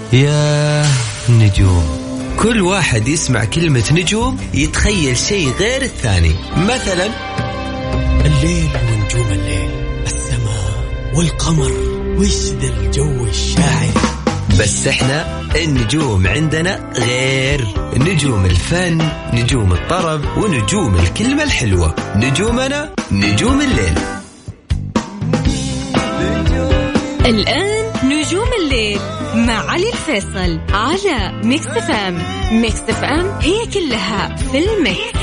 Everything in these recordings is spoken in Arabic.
يا نجوم، كل واحد يسمع كلمة نجوم يتخيل شيء غير الثاني. مثلا الليل ونجوم الليل، السماء والقمر، وش ذا الجو الشاعر. بس احنا النجوم عندنا غير، نجوم الفن، نجوم الطرب، ونجوم الكلمة الحلوة. نجومنا نجوم الليل. الآن نجوم الليل مع علي الفيصل على ميكس فام. ميكس فام هي كلها في الميكس.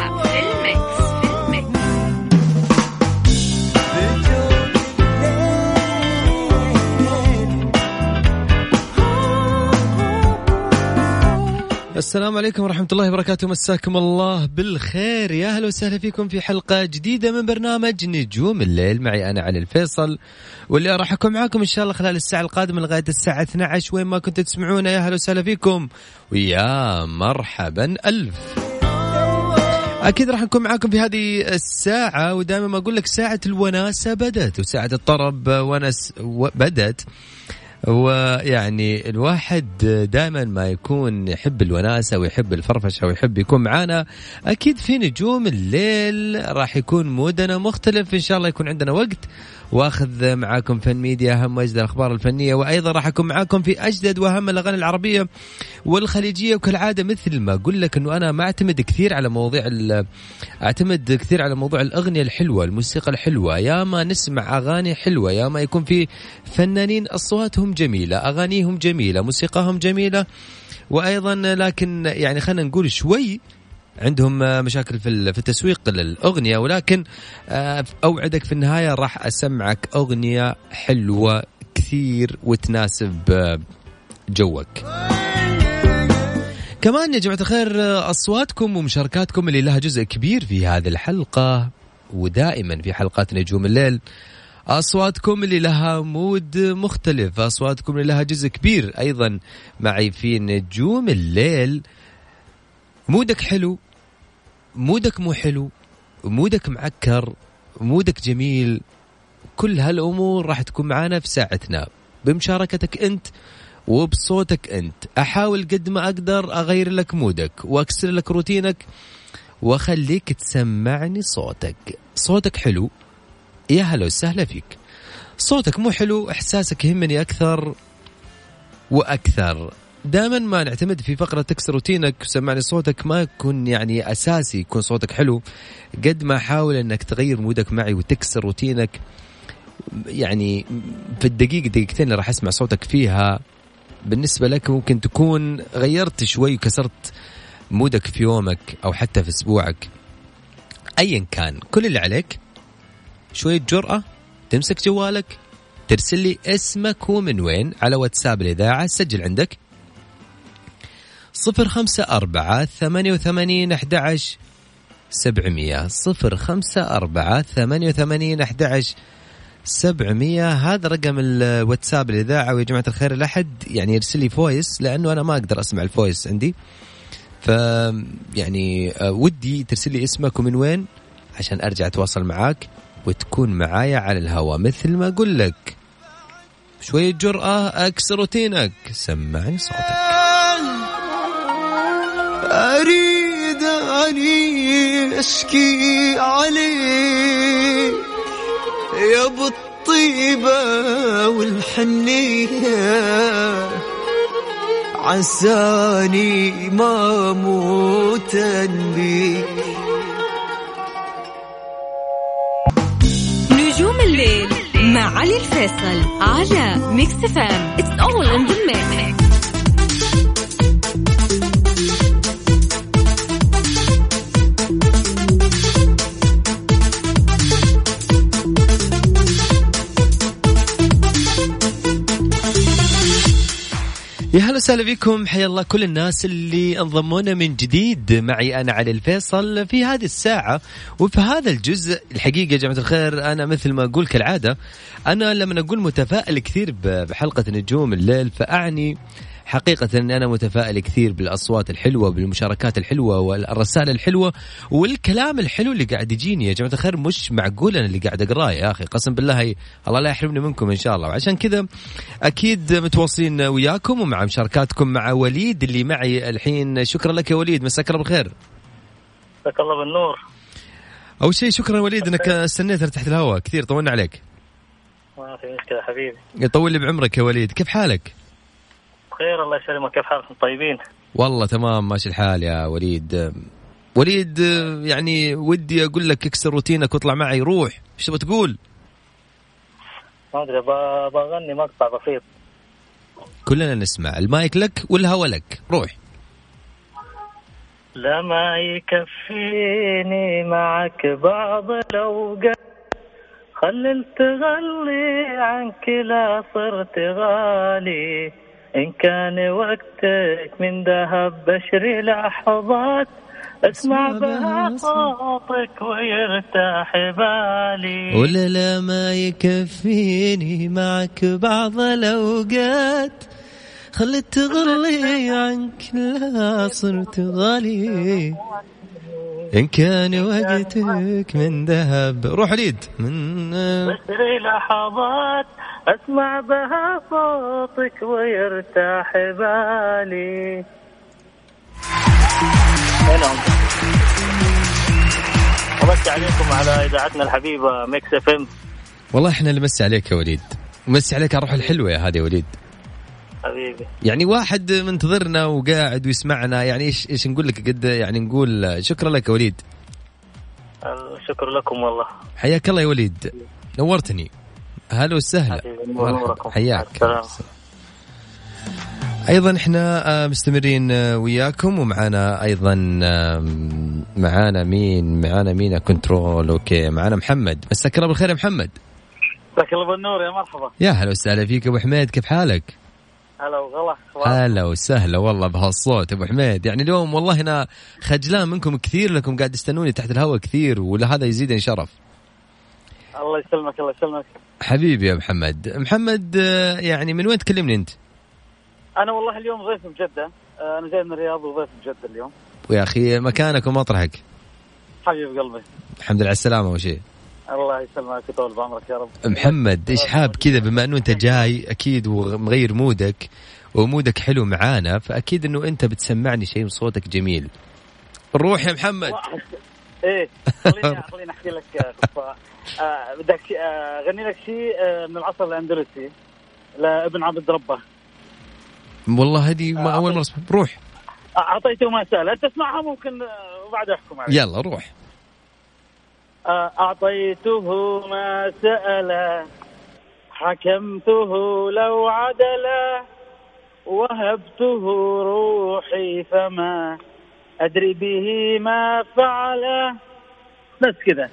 السلام عليكم ورحمة الله وبركاته، مساكم الله بالخير، يا أهلا وسهلا فيكم في حلقة جديدة من برنامج نجوم الليل. معي أنا علي الفيصل، واللي راح أكون معاكم إن شاء الله خلال الساعة القادمة لغاية الساعة 12 وين ما كنتوا تسمعونا. يا أهلا وسهلا فيكم ويا مرحبا ألف. أكيد راح نكون معاكم في هذه الساعة، ودائما ما أقول لك ساعة الوناسة بدت وساعة الطرب بدت. ويعني الواحد دائما ما يكون يحب الوناسة ويحب الفرفشة ويحب يكون معانا. أكيد في نجوم الليل راح يكون مودنا مختلف إن شاء الله. يكون عندنا وقت واخذ معاكم فن ميديا، أهم وأجدد الأخبار الفنية، وأيضا راح أكون معاكم في أجدد وأهم الأغاني العربية والخليجية. وكالعادة مثل ما أقول لك أنه أنا ما أعتمد كثير على موضوع الأغنية الحلوة، الموسيقى الحلوة. يا ما نسمع أغاني حلوة، يا ما يكون في فنانين أصواتهم جميلة، أغانيهم جميلة، موسيقاهم جميلة، وأيضا لكن يعني خلينا نقول شوي عندهم مشاكل في التسويق للأغنية. ولكن أوعدك في النهاية راح أسمعك أغنية حلوة كثير وتناسب جوك. كمان يا جماعة الخير، أصواتكم ومشاركاتكم اللي لها جزء كبير في هذه الحلقة ودائما في حلقات نجوم الليل. أصواتكم اللي لها مود مختلف، أصواتكم اللي لها جزء كبير أيضا معي في نجوم الليل. مودك حلو، مودك مو حلو، مودك معكر، مودك جميل، كل هالأمور راح تكون معانا في ساعتنا بمشاركتك أنت وبصوتك أنت. أحاول قد ما أقدر أغير لك مودك وأكسر لك روتينك وأخليك تسمعني صوتك. صوتك حلو، يا هلا وسهلا فيك. صوتك مو حلو، إحساسك يهمني أكثر وأكثر. دائما ما نعتمد في فقرة تكسر روتينك وسمعني صوتك ما يكون يعني أساسي يكون صوتك حلو، قد ما حاول أنك تغير مودك معي وتكسر روتينك. يعني في الدقيقة دقيقتين اللي راح أسمع صوتك فيها بالنسبة لك ممكن تكون غيرت شوي وكسرت مودك في يومك أو حتى في أسبوعك. أيا كان، كل اللي عليك شوية جرأة، تمسك جوالك، ترسل لي اسمك ومن وين على واتساب الإذاعة. سجل عندك 0548811700 0548811700. هذا رقم الواتساب الإذاعة. ويا جماعة الخير الأحد يعني يرسل لي فويس، لأنه أنا ما أقدر أسمع الفويس عندي، يعني ودي ترسل لي اسمك ومن وين عشان أرجع أتواصل معاك وتكون معايا على الهواء. مثل ما أقول لك شوية جرأة، أكسر روتينك، سمعني صوتك. أريد أني أشكي عليك يا أبو الطيبة والحنية، عساني ما موتا بيك. نجوم الليل مع علي الفيصل على ميكس فام. It's all in the mix. يا هلا وسهلا بكم، حيا الله كل الناس اللي انضمونا من جديد. معي أنا علي الفيصل في هذه الساعة وفي هذا الجزء. الحقيقة يا جماعة الخير أنا مثل ما أقول كالعادة، أنا لما أقول متفائل كثير بحلقة نجوم الليل فأعني حقيقة أني أنا متفائل كثير بالأصوات الحلوة، بالمشاركات الحلوة والرسائل الحلوة والكلام الحلو اللي قاعد يجيني. يا جماعة الخير مش معقول أنا اللي قاعد أقراه يا أخي، قسم بالله الله لا يحرمني منكم إن شاء الله. وعشان كذا أكيد متواصلين وياكم ومع مشاركاتكم مع وليد اللي معي الحين. شكرا لك يا وليد، مساك الله بالخير. مساك الله بالنور. أول شيء شكرا وليد أنك استنيت تحت الهواء كثير، طولنا عليك. ما في مشكلة حبيبي. يطول لي بعمرك يا وليد. كيف حالك؟ بخير الله يسلمك. كيف حالكم؟ طيبين والله تمام ماشي الحال يا وليد. وليد يعني ودي أقول لك اكسر روتينك واطلع معي، روح. ايش تبغى تقول؟ ما أدري، بغني مقطع بسيط. كلنا نسمع، المايك لك والهوا لك، روح. لا ما يكفيني معك بعض الأوقات، خلل تغلي عنك لا صرت غالي، إن كان وقتك من ذهب بشري لحظات، اسمع بها صوتك ويرتاح بالي. ولا لا ما يكفيني معك بعض الأوقات، خلت تغلي عنك لا صرت غالي، إن كان وقتك من ذهب. روح ليد من بشري لحظات، أسمع بها صوتك ويرتاح بالي. أمسي عليكم على إذاعتنا الحبيبة ميكس اف ام. والله إحنا اللي مسي عليك يا وليد، مسي عليك على الروح الحلوة يا هذا يا وليد حبيبي. يعني واحد منتظرنا وقاعد ويسمعنا، يعني إيش نقول لك قد يعني نقول شكرا لك يا وليد. الشكر لكم والله. حياك الله يا وليد، نورتني. هلا وسهلا، حياك. أيضا إحنا مستمرين وياكم، ومعنا أيضا معنا مين كنترول. أوكي معنا محمد. مساك الله بالخير يا محمد. مساك الله بالنور، يا مرحبا. يا هلا وسهلا فيك أبو حميد، كيف حالك؟ هلا وغلا. هلا وسهلا والله بهالصوت أبو حميد. يعني اليوم والله أنا خجلان منكم كثير، لكم قاعد تستنوني تحت الهواء كثير، ولهذا يزيدني شرف. الله يسلمك الله يسلمك حبيبي يا محمد. يعني من وين تكلمني أنت؟ أنا والله اليوم ضيف بجدة، أنا جاي من الرياض وضيف بجدة اليوم. ويا أخي مكانك ومطرحك. حبيب قلبي. الحمد لله على السلامة أول شيء. الله يسلمك ويطول بعمرك يا رب. محمد إيش حاب كذا، بما أنه أنت جاي أكيد ومغير مودك ومودك حلو معانا، فأكيد أنه أنت بتسمعني شيء وصوتك جميل. روح يا محمد. إيه خليني أحكي لك قصة. بدك أغني لك شيء من العصر الأندلسي لابن عبد ربه. والله هذه ما أول مرة أسمع. روح. أعطيته ما سأل، أنت تسمعها ممكن وبعد أحكم عليك. يلا روح. أعطيته ما سأل، حكمته لو عدل، وهبته روحي فما أدري به ما فعل. بس كذا.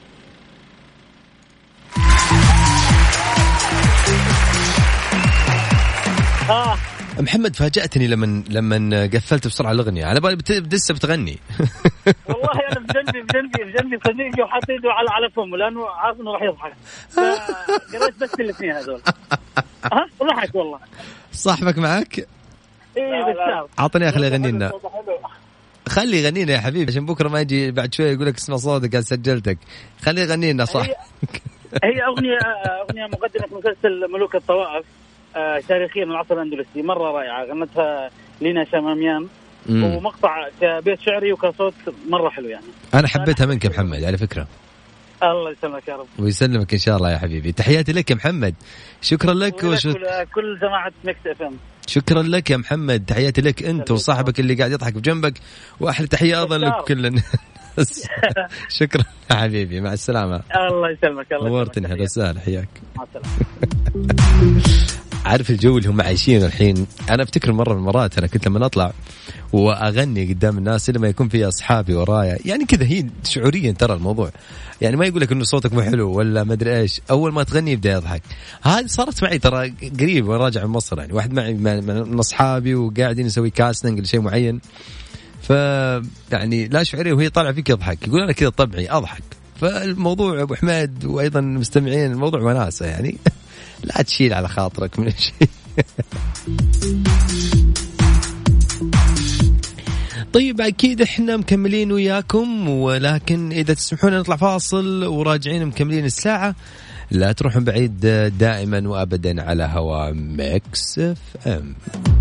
محمد فاجأتني لما قفلت بسرعة الأغنية، على بالي لسه بتغني. والله أنا بجنبي صديقي وحاط يده على فمه لأنه عارف إنه راح يضحك، فقرأت بس الاثنين هذول. ضحك والله. صاحبك معك؟ إيه بالشعب. عطني أخلي يغني لنا. خلي يغنينا يا حبيبي عشان بكرة ما يجي بعد شوية يقولك اسمع صوتك قال سجلتك. خلي يغني لنا صح. هي أغنية مقدمة مسلسل ملوك الطوائف، تاريخيا من العصر الأندلسي، مرة رائعة. غنتها لينا شماميان، ومقطع كبيت شعري وكصوت مرة حلو يعني. أنا حبيتها منك يا محمد على فكرة. الله يسلمك يا رب. ويسلمك إن شاء الله يا حبيبي. تحياتي لك يا محمد. شكرا لك كل جماعة ميكس اف ام. شكرا لك يا محمد. تحياتي لك أنت وصاحبك اللي قاعد يضحك بجنبك، وأحلى تحية أيضا لك كلنا. شكرا يا حبيبي، مع السلامة. الله يسلمك. الله نورتني. هلا وسهلا، حياك. مع السلامة. عارف الجو اللي هم عايشينه الحين. أنا أفتكر مرة من المرات أنا كنت لما أطلع وأغني قدام الناس لما يكون في أصحابي ورايا، يعني كذا هي شعوريا ترى الموضوع، يعني ما يقولك إنه صوتك مو حلو ولا ما أدري إيش، أول ما تغني يبدأ يضحك. هذه صارت معي ترى قريب وأنا راجع من مصر، يعني واحد معي من أصحابي وقاعدين نسوي كاستنج لشيء معين، يعني لا شعوريا وهي طالعة فيك يضحك، يقول أنا كذا طبعي أضحك. فالموضوع أبو حميد وأيضا مستمعين الموضوع وناسة يعني. لا تشيل على خاطرك من الشيء. طيب أكيد إحنا مكملين وياكم، ولكن إذا تسمحون نطلع فاصل وراجعين مكملين الساعة. لا تروحون بعيد، دائما وأبدا على هوا ميكس اف ام.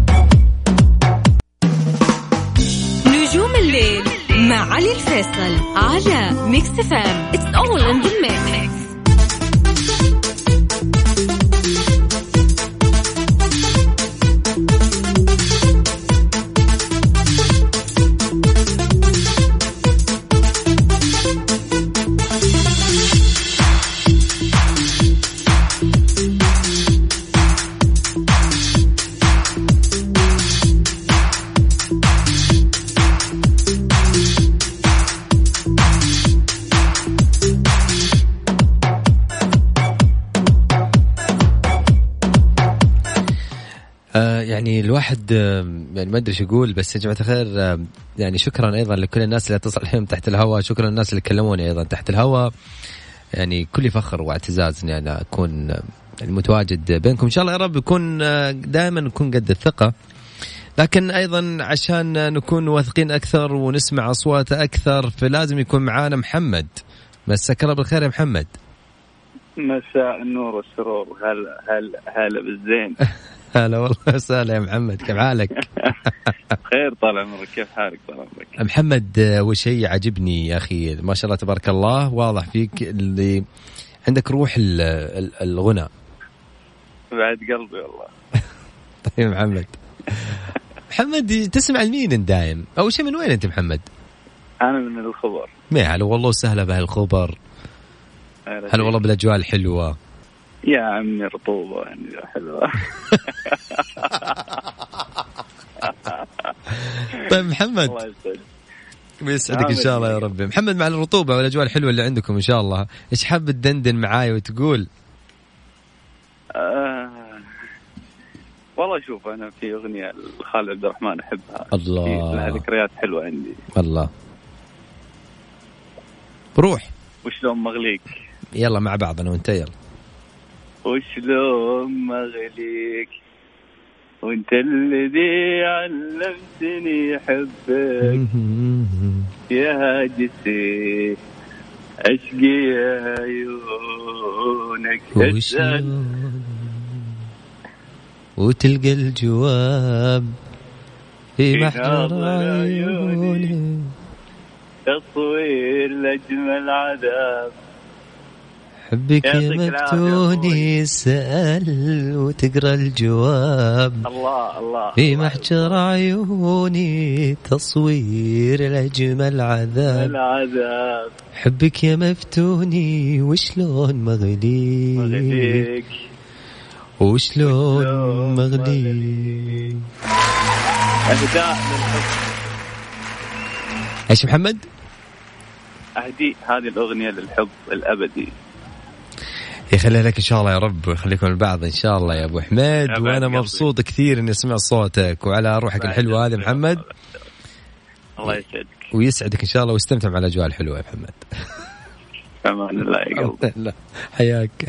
نجوم الليل مع علي الفيصل على ميكس اف ام. It's all in the mix. يعني الواحد يعني ما أدري شو أقول، بس يا جماعة الخير يعني شكرا أيضا لكل الناس اللي اتصل عليهم تحت الهواء، شكرا للناس اللي كلموني أيضا تحت الهواء. يعني كل فخر واعتزاز إني أنا أكون المتواجد بينكم. إن شاء الله يا رب يكون دائما نكون قد الثقة، لكن أيضا عشان نكون واثقين أكثر ونسمع أصوات أكثر فلازم يكون معانا محمد. مساك الله بالخير يا محمد. مساء النور والسرور. هلا بالزين. هلا والله وسهلا يا محمد، كيف حالك؟ خير طال عمرك، كيف حالك طال عمرك؟ محمد وشيء عجبني يا أخي ما شاء الله تبارك الله، واضح فيك اللي عندك روح الغناء بعد قلبي والله. طيب محمد تسمع لمين دايم؟ أول شيء من وين أنت محمد؟ أنا من الخبر. ما هلا والله سهلة بهالخبر. هلا والله بالأجواء الحلوة يا عمي، رطوبة يعني حلوة. طيب محمد بيسعدك إن شاء الله يا رب. محمد مع الرطوبة والأجواء الحلوة اللي عندكم إن شاء الله، إيش حاب تدندن معاي وتقول؟ والله شوف، أنا في أغنية لخالد عبد الرحمن أحبها، الله لها ذكريات حلوة عندي. الله روح. وشلون مغليك؟ يلا مع بعض أنا وأنت، يلا. وشلون مغليك وانت الذي علمتني حبك يا جسي عشقي يا عيونك. وتلقى الجواب في محضر عيوني، تصوير لأجمل عذاب حبك يا مفتوني، سأل وتقرأ الجواب. الله الله في محجر عيوني، تصوير الأجمل عذاب. حبك يا مفتوني، وشلون مغليك وشلون مغليك. أهداء للحب. ايش محمد؟ أهدي هذه الأغنية للحب الأبدي. يخليها لك إن شاء الله يا رب، ويخليكم البعض إن شاء الله يا أبو حميد. وأنا مبسوط كثير إني أسمع صوتك وعلى روحك الحلوة هذه محمد. الله يسعدك ويسعدك إن شاء الله، واستمتع مع الأجواء الحلوة يا محمد. أمان الله يا قلبي. حياك.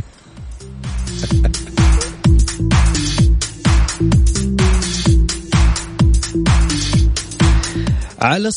على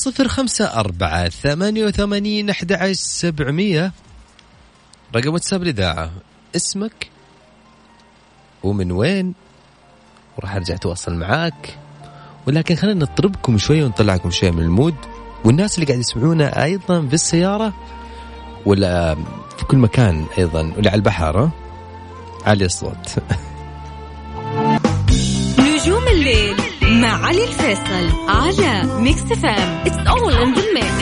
0548811700 رقم واتساب الإذاعة، اسمك ومن وين، وراح أرجع أتواصل معاك. ولكن خلينا نطربكم شوية ونطلعكم شوية من المود. والناس اللي قاعد يسمعونا أيضا في السيارة ولا في كل مكان أيضا، ولا على البحر، علي الصوت. نجوم الليل مع علي الفيصل على ميكس اف ام. It's all in the mix.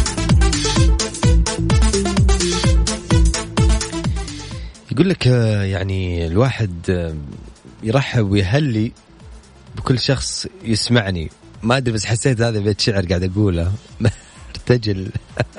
يقول لك يعني الواحد يرحب ويهلي بكل شخص يسمعني. ما أدري بس حسيت هذا بيت شعر قاعد أقوله. ارتجل.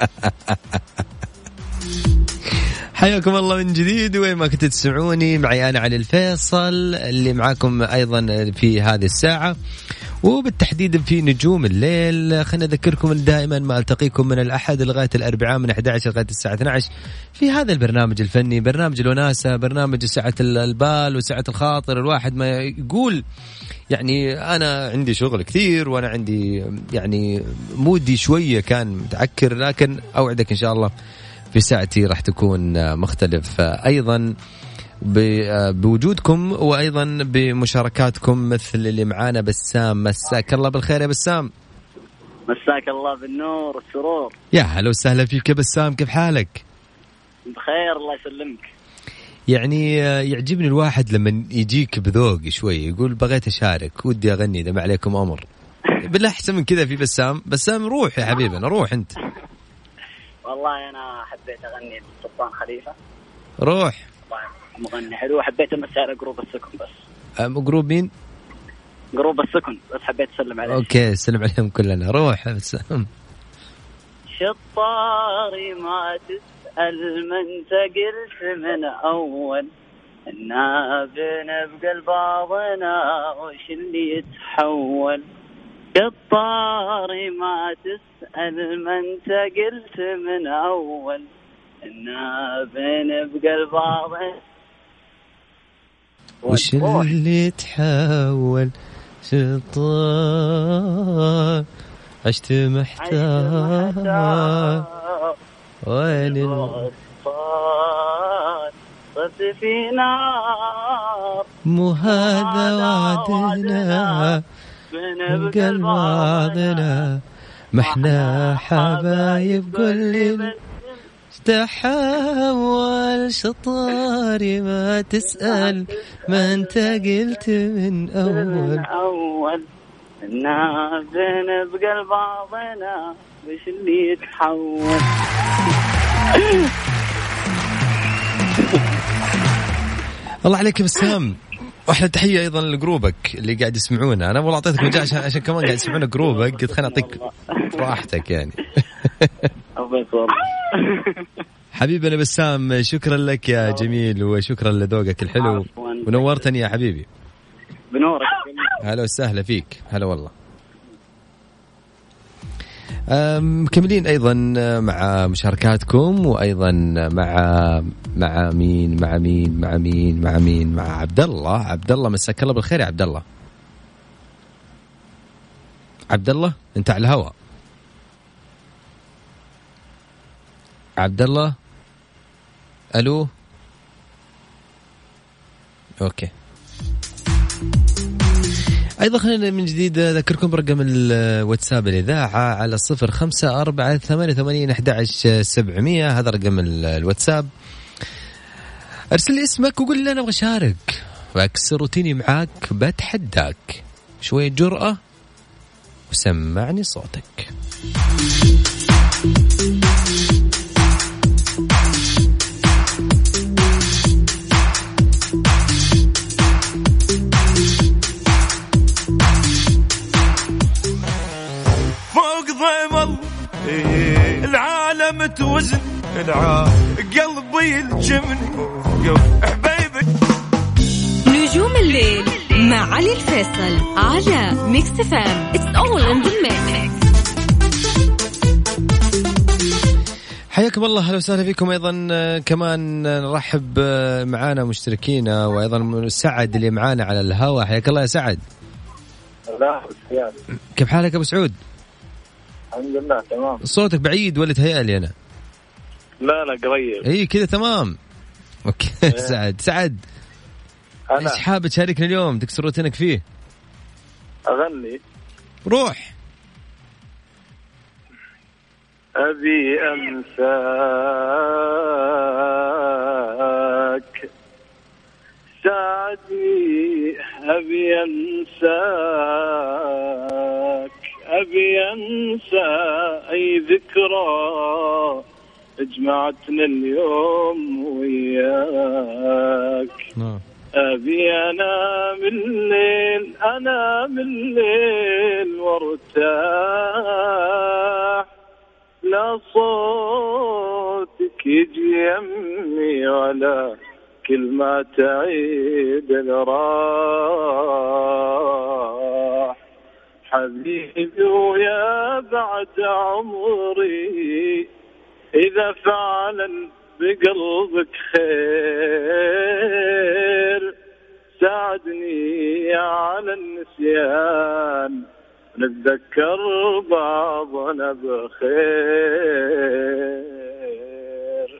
حياكم الله من جديد وين ما كنت تسمعوني. معي أنا علي الفيصل اللي معاكم أيضا في هذه الساعة. وبالتحديد في نجوم الليل. خلنا أذكركم أن دائما ما ألتقيكم من الأحد لغاية الأربعاء من 11 لغاية الساعة 12 في هذا البرنامج الفني، برنامج الوناسة، برنامج سعة البال وسعة الخاطر. الواحد ما يقول يعني أنا عندي شغل كثير وأنا عندي يعني مودي شوية كان متعكر، لكن أوعدك إن شاء الله في ساعتي راح تكون مختلف أيضا بوجودكم وأيضا بمشاركاتكم مثل اللي معانا. بسام، مساك الله بالخير يا بسام. مساك الله بالنور والسرور. يا هلا وسهلا فيك يا بسام، كيف حالك؟ بخير الله يسلمك. يعني يعجبني الواحد لما يجيك بذوق شوي يقول بغيت أشارك ودي أغني إذا ما عليكم أمر. بالله أحسن من كذا في بسام. بسام روح يا حبيبنا، روح أنت. والله أنا حبيت أغني لسلطان خليفة. روح. مغني حلو، حبيت أمسي على جروب السكن بس. جروب مين؟ جروب السكن بس، حبيت أسلم عليه. أوكي سلم عليهم كلنا. روح بسام. شطاري ما تسأل من تقلت من أول، إنا بنبقى لبعضنا وش اللي يتحول. شطاري ما تسأل من تقلت من أول، إنا بنبقى لبعضنا وش اللي يتحول. شطار عشت محتار وين الصار صرت في نار، مو هذا وعدنا بنبقى بعضنا، ما احنا حبايب كل تحول. شطاري ما تسأل ما انت قلت من أول، إنا بنبقى لبعضنا وش اللي يتحول. الله عليك بسام. واحلى تحية أيضا لجروبك اللي قاعد يسمعونا. أنا والله أعطيتك مجال عشان كمان قاعد يسمعونا جروبك، قلت خلنا أعطيك راحتك يعني. حبيبنا بسام، شكرا لك يا جميل وشكرا لذوقك الحلو ونورتني يا حبيبي. بنورك. هلا وسهلا فيك. هلا والله. مكملين أيضا مع مشاركاتكم وأيضا مع مين مع عبد الله. مساك الله بالخير يا عبد الله. عبد الله أنت على الهواء. عبد الله ألو. أوكي. أيضا خلينا من جديد أذكركم برقم الواتساب الإذاعة على 0548811700. هذا رقم الواتساب. أرسل لي اسمك وقول لي أنا أبغى أشارك وأكسر روتيني معاك، بتحداك شوية جرأة وسمعني صوتك. العالم توزن قلبي الجمن حبيبي. نجوم الليل مع علي الفيصل على ميكس فام. It's all in the mix. حياكم الله. هلا وسهلا فيكم. أيضا كمان نرحب معانا مشتركينا وأيضا سعد اللي معانا على الهواء. حياك الله يا سعد. لا كيف حالك أبو سعود؟ الحمد لله تمام. صوتك بعيد ولا تهيألي أنا؟ لا قريب. اي كذا تمام. اوكي. سعد ايش حابب تشاركنا اليوم تكسر روتينك فيه؟ اغني. روح. ابي انساك ساعدني، ابي انساك، ابي انسى اي ذكرى اجمعتنا اليوم وياك. أبي أنام الليل وارتاح، لا صوتك يجي يمي ولا كلمة تعيد الراح. حبيبي ويا بعد عمري إذا فعلا بقلبك خير ساعدني على النسيان نتذكر بعضنا بخير.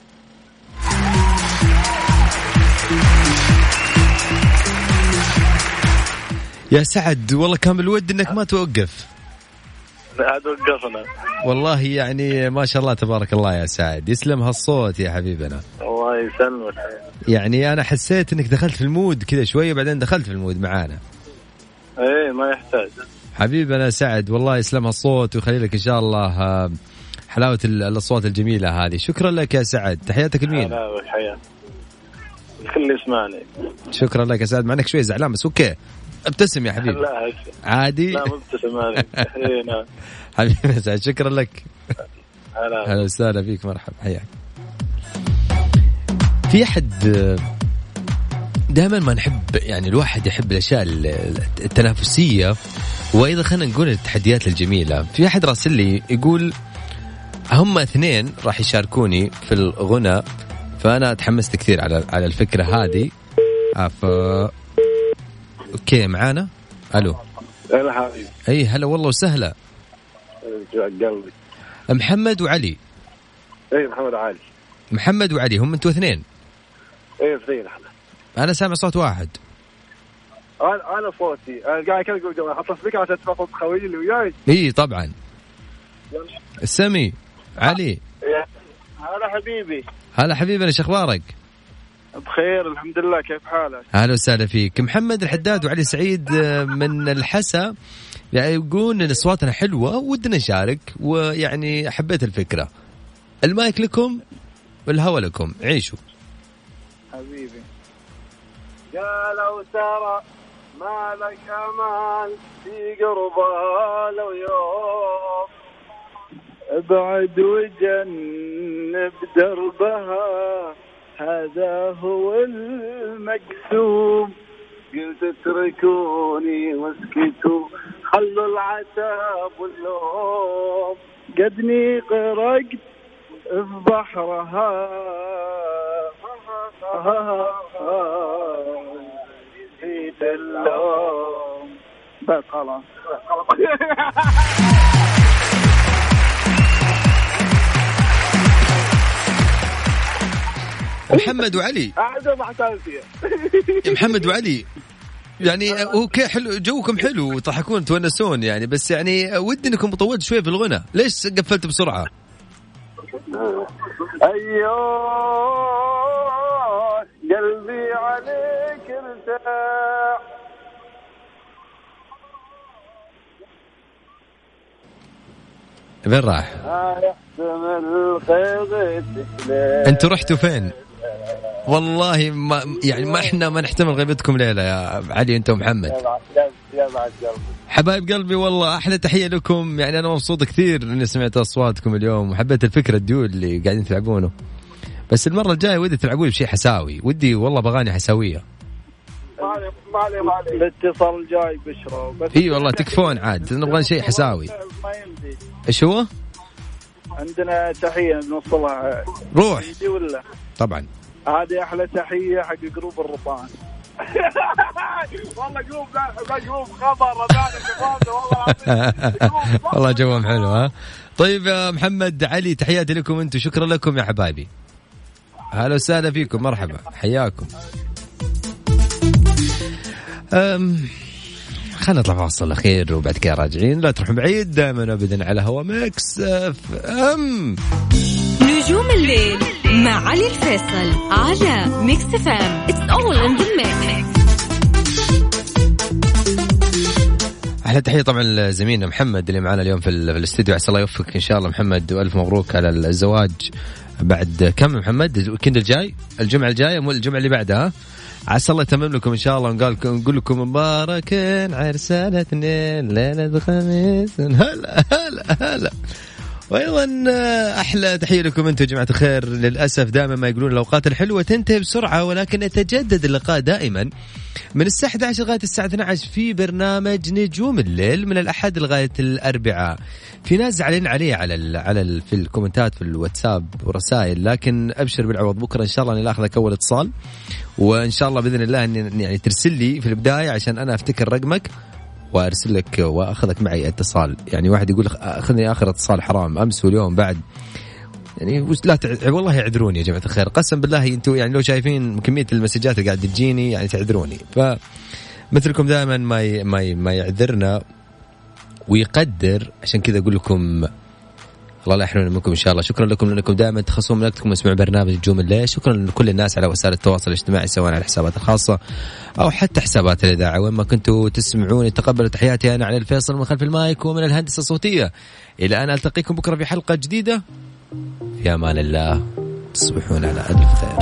يا سعد والله كان بالود انك ما توقف. لا توقفنا والله يعني ما شاء الله تبارك الله يا سعد، يسلم هالصوت يا حبيبنا. الله يسلمك. يعني انا حسيت انك دخلت في المود كذا شويه بعدين دخلت في المود معانا. ايه ما يحتاج حبيبنا سعد، والله يسلم هالصوت ويخلي لك ان شاء الله حلاوه الاصوات الجميله هذه. شكرا لك يا سعد، تحياتك لمين؟ لا والحياه الكل يسمعني. شكرا لك يا سعد، مع انك شوي زعلان بس اوكي ابتسم يا حبيبي. لا عادي. لا مبتسم هذه. اي نعم حبيبي سعد شكرا لك. هلا وسهلا فيك، مرحبا حياك. في أحد دائما ما نحب، يعني الواحد يحب الأشياء التنافسية وإذا خلينا نقول التحديات الجميلة. في أحد راسل لي يقول هم 2 راح يشاركوني في الغنى، فأنا تحمست كثير على الفكرة هذه. أوكي معانا. ألو. هلا حبيبي. أي هلا والله وسهلا. قلبي. محمد وعلي. اي محمد وعلي. محمد وعلي هم انتوا 2. ايه 2 احنا. انا سامع صوت واحد. انا صوتي انا قاعد اقول احط سبيكر عشان تسمع صوت خويي اللي وياي. اي طبعا. السمي علي. هلا حبيبي. هلا حبيبي، ايش اخبارك؟ بخير الحمد لله، كيف حالك؟ اهلا وسهلا فيك. محمد الحداد وعلي سعيد من الحسا يعني يقولون ان اصواتنا حلوه ودنا نشارك، ويعني حبيت الفكره. المايك لكم والهوا لكم، عيشوا حبيبي. يا لو ترى ما لك أمان في قربها لو يوم ابعد وجنب دربها هذا هو المقسوم. قلت اتركوني واسكتوا خلوا العتاب واللوم قدني غرقت في بحرها نسيت اللوم. بس خلاص محمد وعلي. محمد وعلي يعني اوكي حلو، جوكم حلو وتضحكون تونسون يعني، بس يعني ودي انكم طولتوا شوي في الغنى، ليش قفلت بسرعه؟ ايوه قلبي عليك ارتاح. فين راح؟ انتوا رحتوا فين؟ والله ما يعني ما احنا ما نحتمل غيبتكم ليلة يا علي انت ومحمد. حبايب قلبي والله احلى تحية لكم، يعني انا مبسوط كثير اني سمعت اصواتكم اليوم وحبيت الفكرة الديول اللي قاعدين تلعبونه، بس المرة الجاية ودي تلعبون بشيء حساوي، ودي والله بغاني حساوية. مالي الاتصال الجاي بشرى بس. اي والله تكفون عاد، نبغى شيء حساوي. ايش هو؟ عندنا تحية نوصلها. روح ولا طبعا هذه أحلى تحية حق جروب الرطان. والله جروب خبر والله جوهم حلو. ها طيب يا محمد علي تحياتي لكم انتم، شكرا لكم يا حبايبي. هلا وسهلا فيكم، مرحبا حياكم. خلنا نطلع فاصل الأخير وبعد كده راجعين. لا تروحوا بعيد، دائما أبدا على هوا ميكس اف ام. نجوم الليل مع علي الفيصل على ميكس اف ام. It's all in the mix. أحلى تحية طبعا لزميلنا محمد اللي معنا اليوم في الاستوديو، عسى الله يوفقك إن شاء الله محمد، وألف مبروك على الزواج. بعد كم محمد؟ الويكند الجاي، الجمعة الجاية مو الجمعة اللي بعدها، عسى الله يتمم لكم إن شاء الله. ونقول لكم مباركين عرسانة اثنين ليلة خميس. هلا هلا هلا. وايضا احلى تحيه لكم انتم يا جماعه الخير. للاسف دائما ما يقولون الاوقات الحلوه تنتهي بسرعه، ولكن يتجدد اللقاء دائما من الساعه 11 لغايه الساعه 12 في برنامج نجوم الليل من الاحد لغايه الاربعاء. في ناس زعلين عليه في الكومنتات في الواتساب ورسائل، لكن ابشر بالعوض. بكره ان شاء الله اني اخذك اول اتصال، وان شاء الله باذن الله ان يعني ترسل لي في البدايه عشان انا افتكر رقمك وارسل لك واخذك معي اتصال. يعني واحد يقول اخذني اخر اتصال حرام امس واليوم بعد، يعني لا والله يعذروني يا جماعه الخير، قسم بالله انتم يعني لو شايفين كميه المسجات اللي قاعد تجيني يعني تعذروني. فمثلكم دائما ما يعذرنا ويقدر، عشان كذا اقول لكم الله لا يحرمنا منكم ان شاء الله. شكرا لكم لانكم دائما تخصصون من وقتكم وتسمعون برنامج نجوم الليل. شكرا لكل الناس على وسائل التواصل الاجتماعي سواء على الحسابات الخاصه او حتى حسابات الاذاعه وين ما كنتوا تسمعوني. تقبلوا تحياتي انا علي الفيصل من خلف المايك ومن الهندسه الصوتيه. الى ان التقيكم بكره في حلقه جديده. في امان الله، تصبحون على الف خير.